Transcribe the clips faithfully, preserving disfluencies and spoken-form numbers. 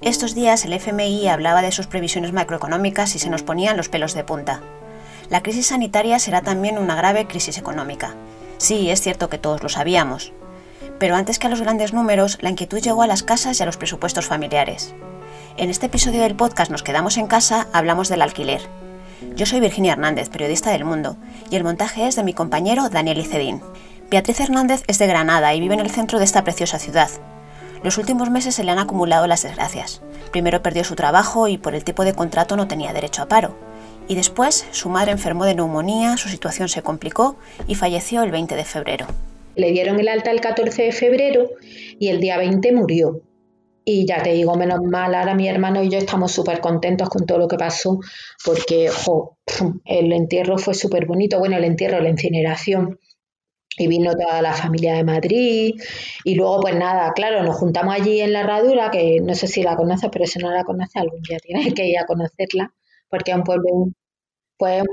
Estos días el F M I hablaba de sus previsiones macroeconómicas y se nos ponían los pelos de punta. La crisis sanitaria será también una grave crisis económica. Sí, es cierto que todos lo sabíamos. Pero antes que a los grandes números, la inquietud llegó a las casas y a los presupuestos familiares. En este episodio del podcast Nos quedamos en casa, hablamos del alquiler. Yo soy Virginia Hernández, periodista del Mundo, y el montaje es de mi compañero Daniel Icedín. Beatriz Hernández es de Granada y vive en el centro de esta preciosa ciudad. Los últimos meses se le han acumulado las desgracias. Primero perdió su trabajo y por el tipo de contrato no tenía derecho a paro. Y después su madre enfermó de neumonía, su situación se complicó y falleció el veinte de febrero. Le dieron el alta el catorce de febrero y el día veinte murió. Y ya te digo, menos mal, ahora mi hermano y yo estamos súper contentos con todo lo que pasó, porque jo, el entierro fue súper bonito. Bueno, el entierro, la incineración. Y vino toda la familia de Madrid y luego pues nada, claro, nos juntamos allí en la Herradura, que no sé si la conoces, pero si no la conoces algún día tienes que ir a conocerla, porque es un pueblo, pues un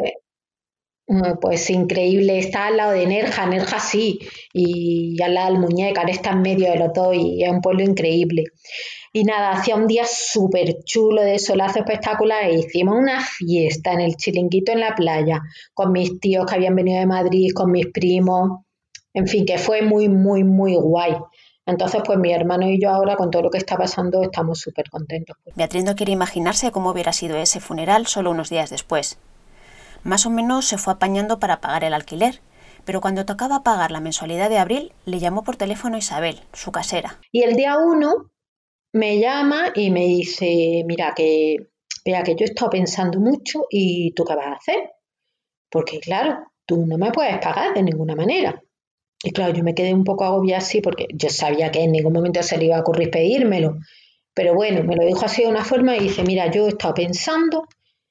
pueblo pues increíble, está al lado de Nerja, Nerja sí, y al lado del Muñeca, ahora está en medio de los dos y es un pueblo increíble. Y nada, hacía un día súper chulo de solazo espectacular e hicimos una fiesta en el chiringuito en la playa con mis tíos que habían venido de Madrid, con mis primos, en fin, que fue muy, muy, muy guay. Entonces, pues mi hermano y yo ahora con todo lo que está pasando estamos súper contentos. Beatriz no quiere imaginarse cómo hubiera sido ese funeral solo unos días después. Más o menos se fue apañando para pagar el alquiler, pero cuando tocaba pagar la mensualidad de abril, le llamó por teléfono Isabel, su casera. Y el día uno me llama y me dice, mira, que, vea, que yo he estado pensando mucho y ¿tú qué vas a hacer? Porque claro, tú no me puedes pagar de ninguna manera. Y claro, yo me quedé un poco agobiada así porque yo sabía que en ningún momento se le iba a ocurrir pedírmelo. Pero bueno, me lo dijo así de una forma y dice, mira, yo he estado pensando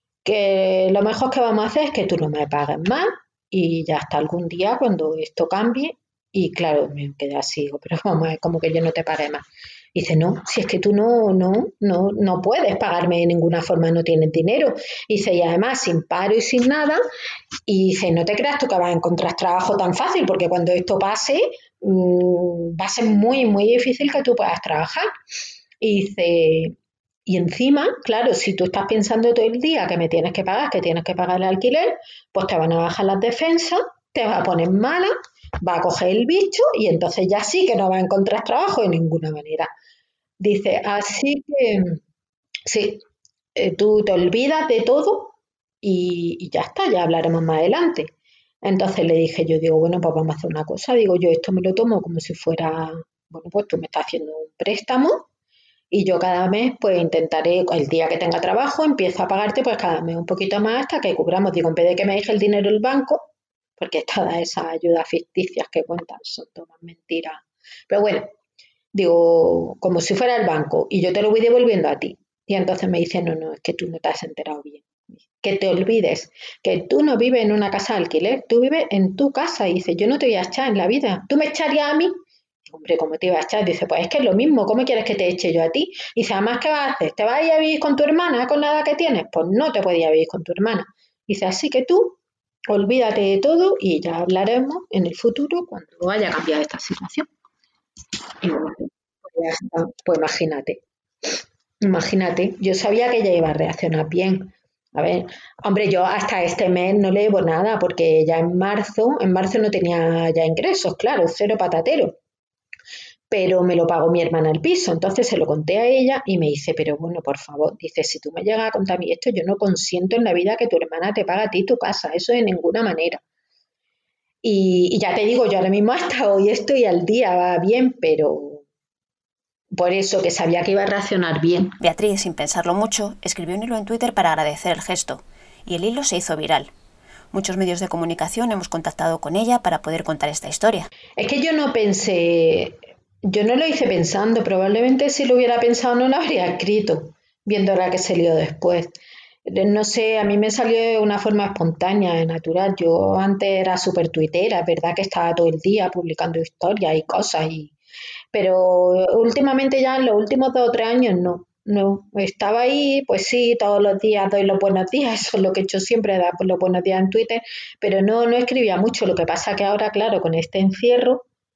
que lo mejor que vamos a hacer es que tú no me pagues más y ya hasta algún día cuando esto cambie. Y claro, me quedé así, digo, pero vamos a ver, como que yo no te pague más. Y dice, no, si es que tú no, no, no, no puedes pagarme de ninguna forma, no tienes dinero. Y dice, y además sin paro y sin nada. Y dice, no te creas tú que vas a encontrar trabajo tan fácil, porque cuando esto pase, mmm, va a ser muy, muy difícil que tú puedas trabajar. Y dice, y encima, claro, si tú estás pensando todo el día que me tienes que pagar, que tienes que pagar el alquiler, pues te van a bajar las defensas, te vas a poner mala, va a coger el bicho y entonces ya sí que no va a encontrar trabajo de ninguna manera. Dice, así que sí, eh, tú te olvidas de todo y, y ya está, ya hablaremos más adelante. Entonces le dije, yo digo, bueno, pues vamos a hacer una cosa, digo, yo esto me lo tomo como si fuera, bueno, pues tú me estás haciendo un préstamo y yo cada mes pues intentaré, el día que tenga trabajo, empiezo a pagarte pues cada mes un poquito más hasta que cubramos, digo, en vez de que me deje el dinero el banco, porque todas esas ayudas ficticias que cuentan son todas mentiras. Pero bueno, digo, como si fuera el banco y yo te lo voy devolviendo a ti. Y entonces me dice, no, no, es que tú no te has enterado bien. Que te olvides, que tú no vives en una casa de alquiler, tú vives en tu casa. Y dice, yo no te voy a echar en la vida. ¿Tú me echarías a mí? Digo, hombre, ¿cómo te iba a echar? Dice, pues es que es lo mismo, ¿cómo quieres que te eche yo a ti? Y dice, además, ¿qué vas a hacer? ¿Te vas a ir a vivir con tu hermana con la edad que tienes? Pues no te puedes ir a vivir con tu hermana. Dice, así que tú olvídate de todo y ya hablaremos en el futuro cuando haya cambiado esta situación. Y bueno, pues ya está. Pues imagínate, imagínate, yo sabía que ella iba a reaccionar bien. A ver, hombre, yo hasta este mes no le debo nada porque ya en marzo, en marzo no tenía ya ingresos, claro, cero patatero. Pero me lo pagó mi hermana el piso, entonces se lo conté a ella y me dice, pero bueno, por favor, dice, si tú me llegas a contar a mí esto, yo no consiento en la vida que tu hermana te pague a ti tu casa, eso de ninguna manera. Y, y ya te digo, yo ahora mismo hasta hoy estoy al día, va bien, pero por eso que sabía que iba a reaccionar bien. Beatriz, sin pensarlo mucho, escribió un hilo en Twitter para agradecer el gesto, y el hilo se hizo viral. Muchos medios de comunicación hemos contactado con ella para poder contar esta historia. Es que yo no pensé, yo no lo hice pensando, probablemente si lo hubiera pensado no lo habría escrito, viendo la que se lió después. No sé, a mí me salió de una forma espontánea, natural. Yo antes era súper tuitera, es verdad que estaba todo el día publicando historias y cosas, y... pero últimamente ya en los últimos dos o tres años no. No, estaba ahí, pues sí, todos los días doy los buenos días, eso es lo que he hecho siempre, dar los buenos días en Twitter, pero no, no escribía mucho. Lo que pasa que ahora, claro, con este encierro,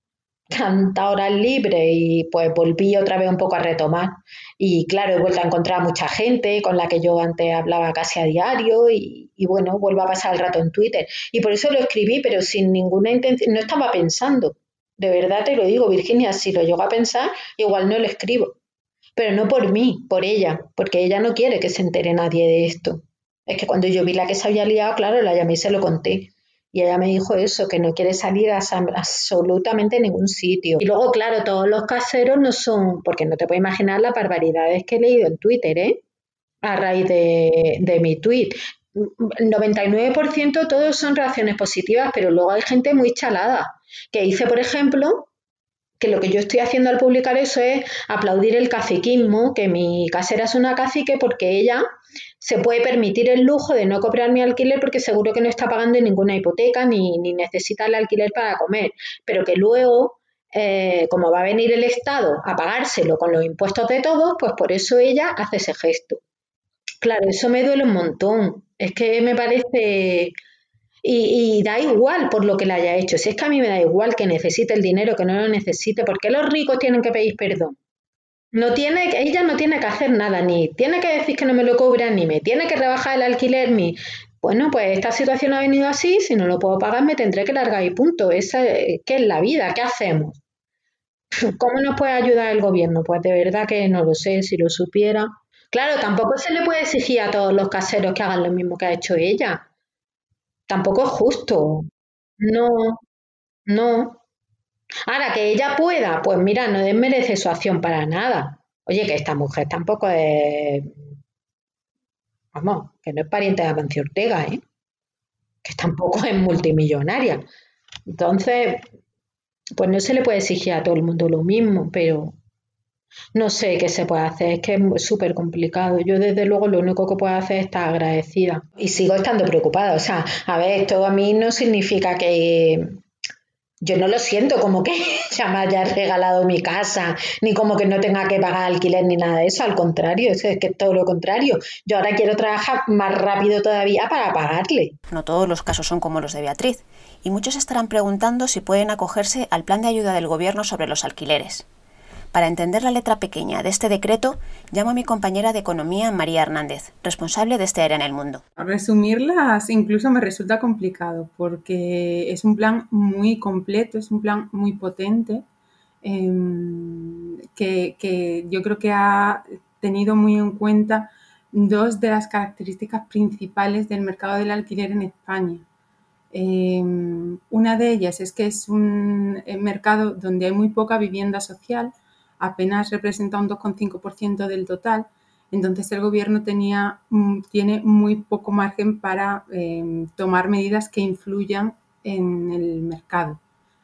tantas horas libres y pues volví otra vez un poco a retomar. Y claro, he vuelto a encontrar a mucha gente con la que yo antes hablaba casi a diario y, y bueno, vuelvo a pasar el rato en Twitter. Y por eso lo escribí, pero sin ninguna intención, no estaba pensando. De verdad te lo digo, Virginia, si lo llego a pensar, igual no lo escribo. Pero no por mí, por ella, porque ella no quiere que se entere nadie de esto. Es que cuando yo vi la que se había liado, claro, la llamé y se lo conté. Y ella me dijo eso, que no quiere salir a sa- absolutamente ningún sitio. Y luego, claro, todos los caseros no son, porque no te puedes imaginar las barbaridades que he leído en Twitter, ¿eh? A raíz de, de mi tweet. noventa y nueve por ciento todos son reacciones positivas, pero luego hay gente muy chalada, que dice, por ejemplo, que lo que yo estoy haciendo al publicar eso es aplaudir el caciquismo, que mi casera es una cacique porque ella se puede permitir el lujo de no cobrar mi alquiler porque seguro que no está pagando ninguna hipoteca ni, ni necesita el alquiler para comer, pero que luego, eh, como va a venir el Estado a pagárselo con los impuestos de todos, pues por eso ella hace ese gesto. Claro, eso me duele un montón. Es que me parece y, y da igual por lo que le haya hecho. Si es que a mí me da igual que necesite el dinero, que no lo necesite, ¿por qué los ricos tienen que pedir perdón? No tiene, ella no tiene que hacer nada, ni tiene que decir que no me lo cobran, ni me tiene que rebajar el alquiler, ni... Bueno, pues esta situación ha venido así, si no lo puedo pagar me tendré que largar y punto. Esa, ¿qué es la vida? ¿Qué hacemos? ¿Cómo nos puede ayudar el gobierno? Pues de verdad que no lo sé, si lo supiera. Claro, tampoco se le puede exigir a todos los caseros que hagan lo mismo que ha hecho ella. Tampoco es justo. No, no. Ahora, que ella pueda, pues mira, no desmerece su acción para nada. Oye, que esta mujer tampoco es, vamos, que no es pariente de Amancio Ortega, ¿eh? Que tampoco es multimillonaria. Entonces, pues no se le puede exigir a todo el mundo lo mismo, pero no sé qué se puede hacer, es que es súper complicado. Yo desde luego lo único que puedo hacer es estar agradecida y sigo estando preocupada. O sea, a ver, esto a mí no significa que, yo no lo siento como que ya me haya regalado mi casa, ni como que no tenga que pagar alquiler ni nada de eso. Al contrario, es que es todo lo contrario. Yo ahora quiero trabajar más rápido todavía para pagarle. No todos los casos son como los de Beatriz, y muchos estarán preguntando si pueden acogerse al plan de ayuda del Gobierno sobre los alquileres. Para entender la letra pequeña de este decreto, llamo a mi compañera de Economía, María Hernández, responsable de este área en El Mundo. Resumirlas incluso me resulta complicado porque es un plan muy completo, es un plan muy potente, eh, que, que yo creo que ha tenido muy en cuenta dos de las características principales del mercado del alquiler en España. Eh, una de ellas es que es un mercado donde hay muy poca vivienda social, apenas representa un dos coma cinco por ciento del total. Entonces el gobierno tenía, tiene muy poco margen para eh, tomar medidas que influyan en el mercado.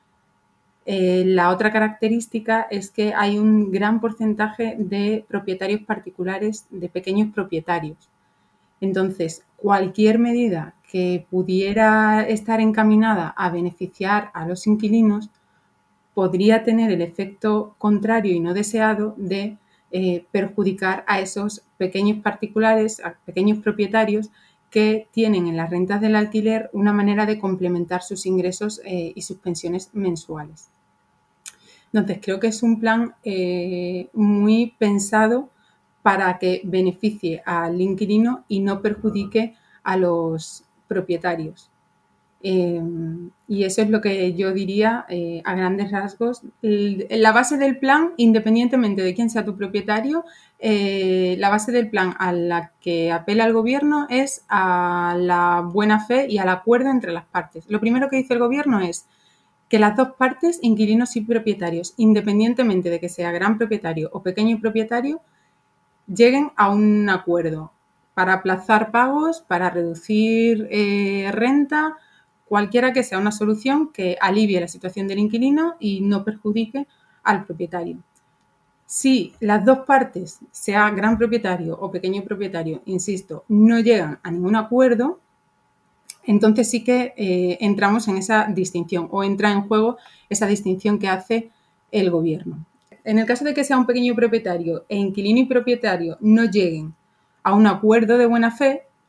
Eh, la otra característica es que hay un gran porcentaje de propietarios particulares, de pequeños propietarios. Entonces, cualquier medida que pudiera estar encaminada a beneficiar a los inquilinos podría tener el efecto contrario y no deseado de eh, perjudicar a esos pequeños particulares, a pequeños propietarios que tienen en las rentas del alquiler una manera de complementar sus ingresos eh, y sus pensiones mensuales. Entonces, creo que es un plan eh, muy pensado para que beneficie al inquilino y no perjudique a los propietarios. Eh, y eso es lo que yo diría eh, a grandes rasgos. El, la base del plan, independientemente de quién sea tu propietario, eh, la base del plan a la que apela el gobierno es a la buena fe y al acuerdo entre las partes. Lo primero que dice el gobierno es que las dos partes, inquilinos y propietarios, independientemente de que sea gran propietario o pequeño propietario, lleguen a un acuerdo para aplazar pagos, para reducir eh, renta, cualquiera que sea una solución que alivie la situación del inquilino y no perjudique al propietario. Si las dos partes, sea gran propietario o pequeño propietario, insisto, no llegan a ningún acuerdo, entonces sí que eh, entramos en esa distinción o entra en juego esa distinción que hace el gobierno. En el caso de que sea un pequeño propietario e inquilino y propietario no lleguen a un acuerdo de buena fe,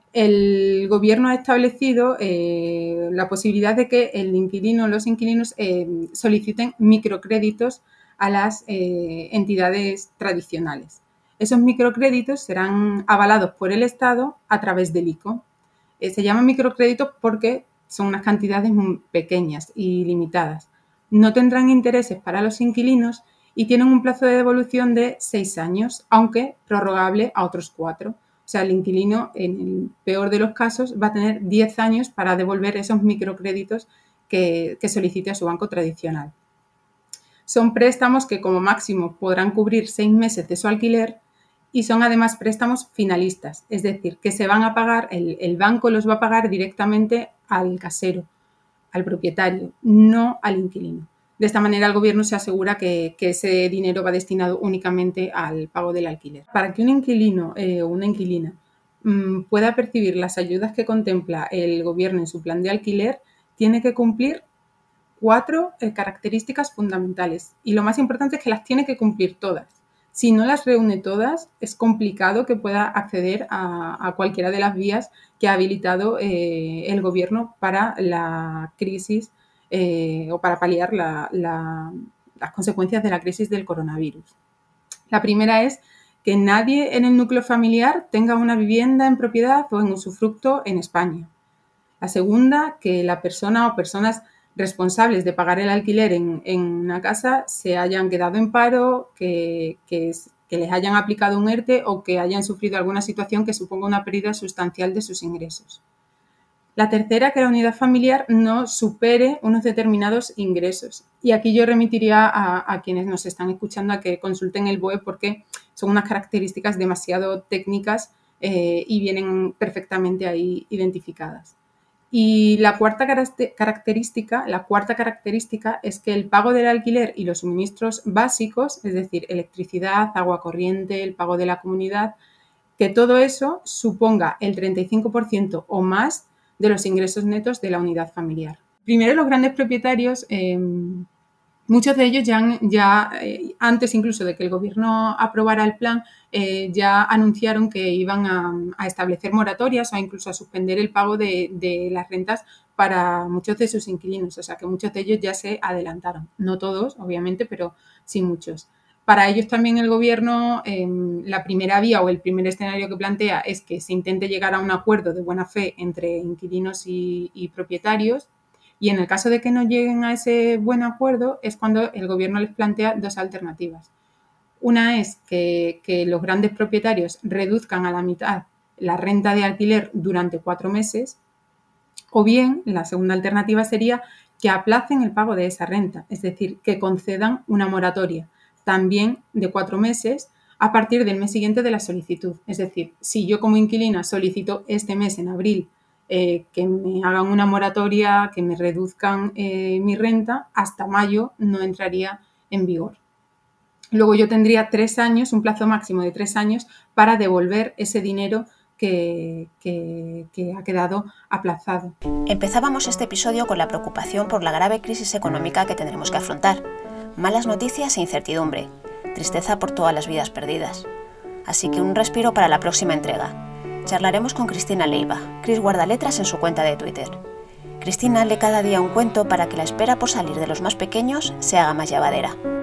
El gobierno ha establecido eh, la posibilidad de que el inquilino, los inquilinos eh, soliciten microcréditos a las eh, entidades tradicionales. Esos microcréditos serán avalados por el Estado a través del I C O. Eh, se llaman microcréditos porque son unas cantidades muy pequeñas y limitadas. No tendrán intereses para los inquilinos y tienen un plazo de devolución de seis años, aunque prorrogable a otros cuatro. O sea, el inquilino, en el peor de los casos, va a tener diez años para devolver esos microcréditos que, que solicite a su banco tradicional. Son préstamos que como máximo podrán cubrir seis meses de su alquiler y son además préstamos finalistas, es decir, que se van a pagar, el, el banco los va a pagar directamente al casero, al propietario, no al inquilino. De esta manera el gobierno se asegura que, que ese dinero va destinado únicamente al pago del alquiler. Para que un inquilino eh, o una inquilina mmm, pueda percibir las ayudas que contempla el gobierno en su plan de alquiler, tiene que cumplir cuatro eh, características fundamentales. Y lo más importante es que las tiene que cumplir todas. Si no las reúne todas, es complicado que pueda acceder a, a cualquiera de las vías que ha habilitado eh, el gobierno para la crisis eh, o para paliar la, la, las consecuencias de la crisis del coronavirus. La primera es que nadie en el núcleo familiar tenga una vivienda en propiedad o en usufructo en España. La segunda, que la persona o personas responsables de pagar el alquiler en, en una casa se hayan quedado en paro, que, que, que les hayan aplicado un ERTE o que hayan sufrido alguna situación que suponga una pérdida sustancial de sus ingresos. La tercera, que la unidad familiar no supere unos determinados ingresos. Y aquí yo remitiría a, a quienes nos están escuchando a que consulten el B O E porque son unas características demasiado técnicas eh, y vienen perfectamente ahí identificadas. Y la cuarta característica, la cuarta característica es que el pago del alquiler y los suministros básicos, es decir, electricidad, agua corriente, el pago de la comunidad, que todo eso suponga el treinta y cinco por ciento o más de los ingresos netos de la unidad familiar. Primero, los grandes propietarios, eh, muchos de ellos ya, han, ya eh, antes incluso de que el gobierno aprobara el plan, eh, ya anunciaron que iban a, a establecer moratorias o incluso a suspender el pago de, de las rentas para muchos de sus inquilinos. O sea, que muchos de ellos ya se adelantaron. No todos, obviamente, pero sí muchos. Para ellos también el gobierno, eh, la primera vía o el primer escenario que plantea es que se intente llegar a un acuerdo de buena fe entre inquilinos y, y propietarios. Y en el caso de que no lleguen a ese buen acuerdo es cuando el gobierno les plantea dos alternativas. Una es que, que los grandes propietarios reduzcan a la mitad la renta de alquiler durante cuatro meses o bien la segunda alternativa sería que aplacen el pago de esa renta, es decir, que concedan una moratoria también de cuatro meses a partir del mes siguiente de la solicitud. Es decir, si yo como inquilina solicito este mes, en abril, Eh, que me hagan una moratoria, que me reduzcan eh, mi renta, hasta mayo no entraría en vigor. Luego yo tendría tres años, un plazo máximo de tres años, para devolver ese dinero que, que, que ha quedado aplazado. Empezábamos este episodio con la preocupación por la grave crisis económica que tendremos que afrontar. Malas noticias e incertidumbre, tristeza por todas las vidas perdidas. Así que un respiro para la próxima entrega. Charlaremos con Cristina Leiva, Cris Guardaletras en su cuenta de Twitter. Cristina lee cada día un cuento para que la espera por salir de los más pequeños se haga más llevadera.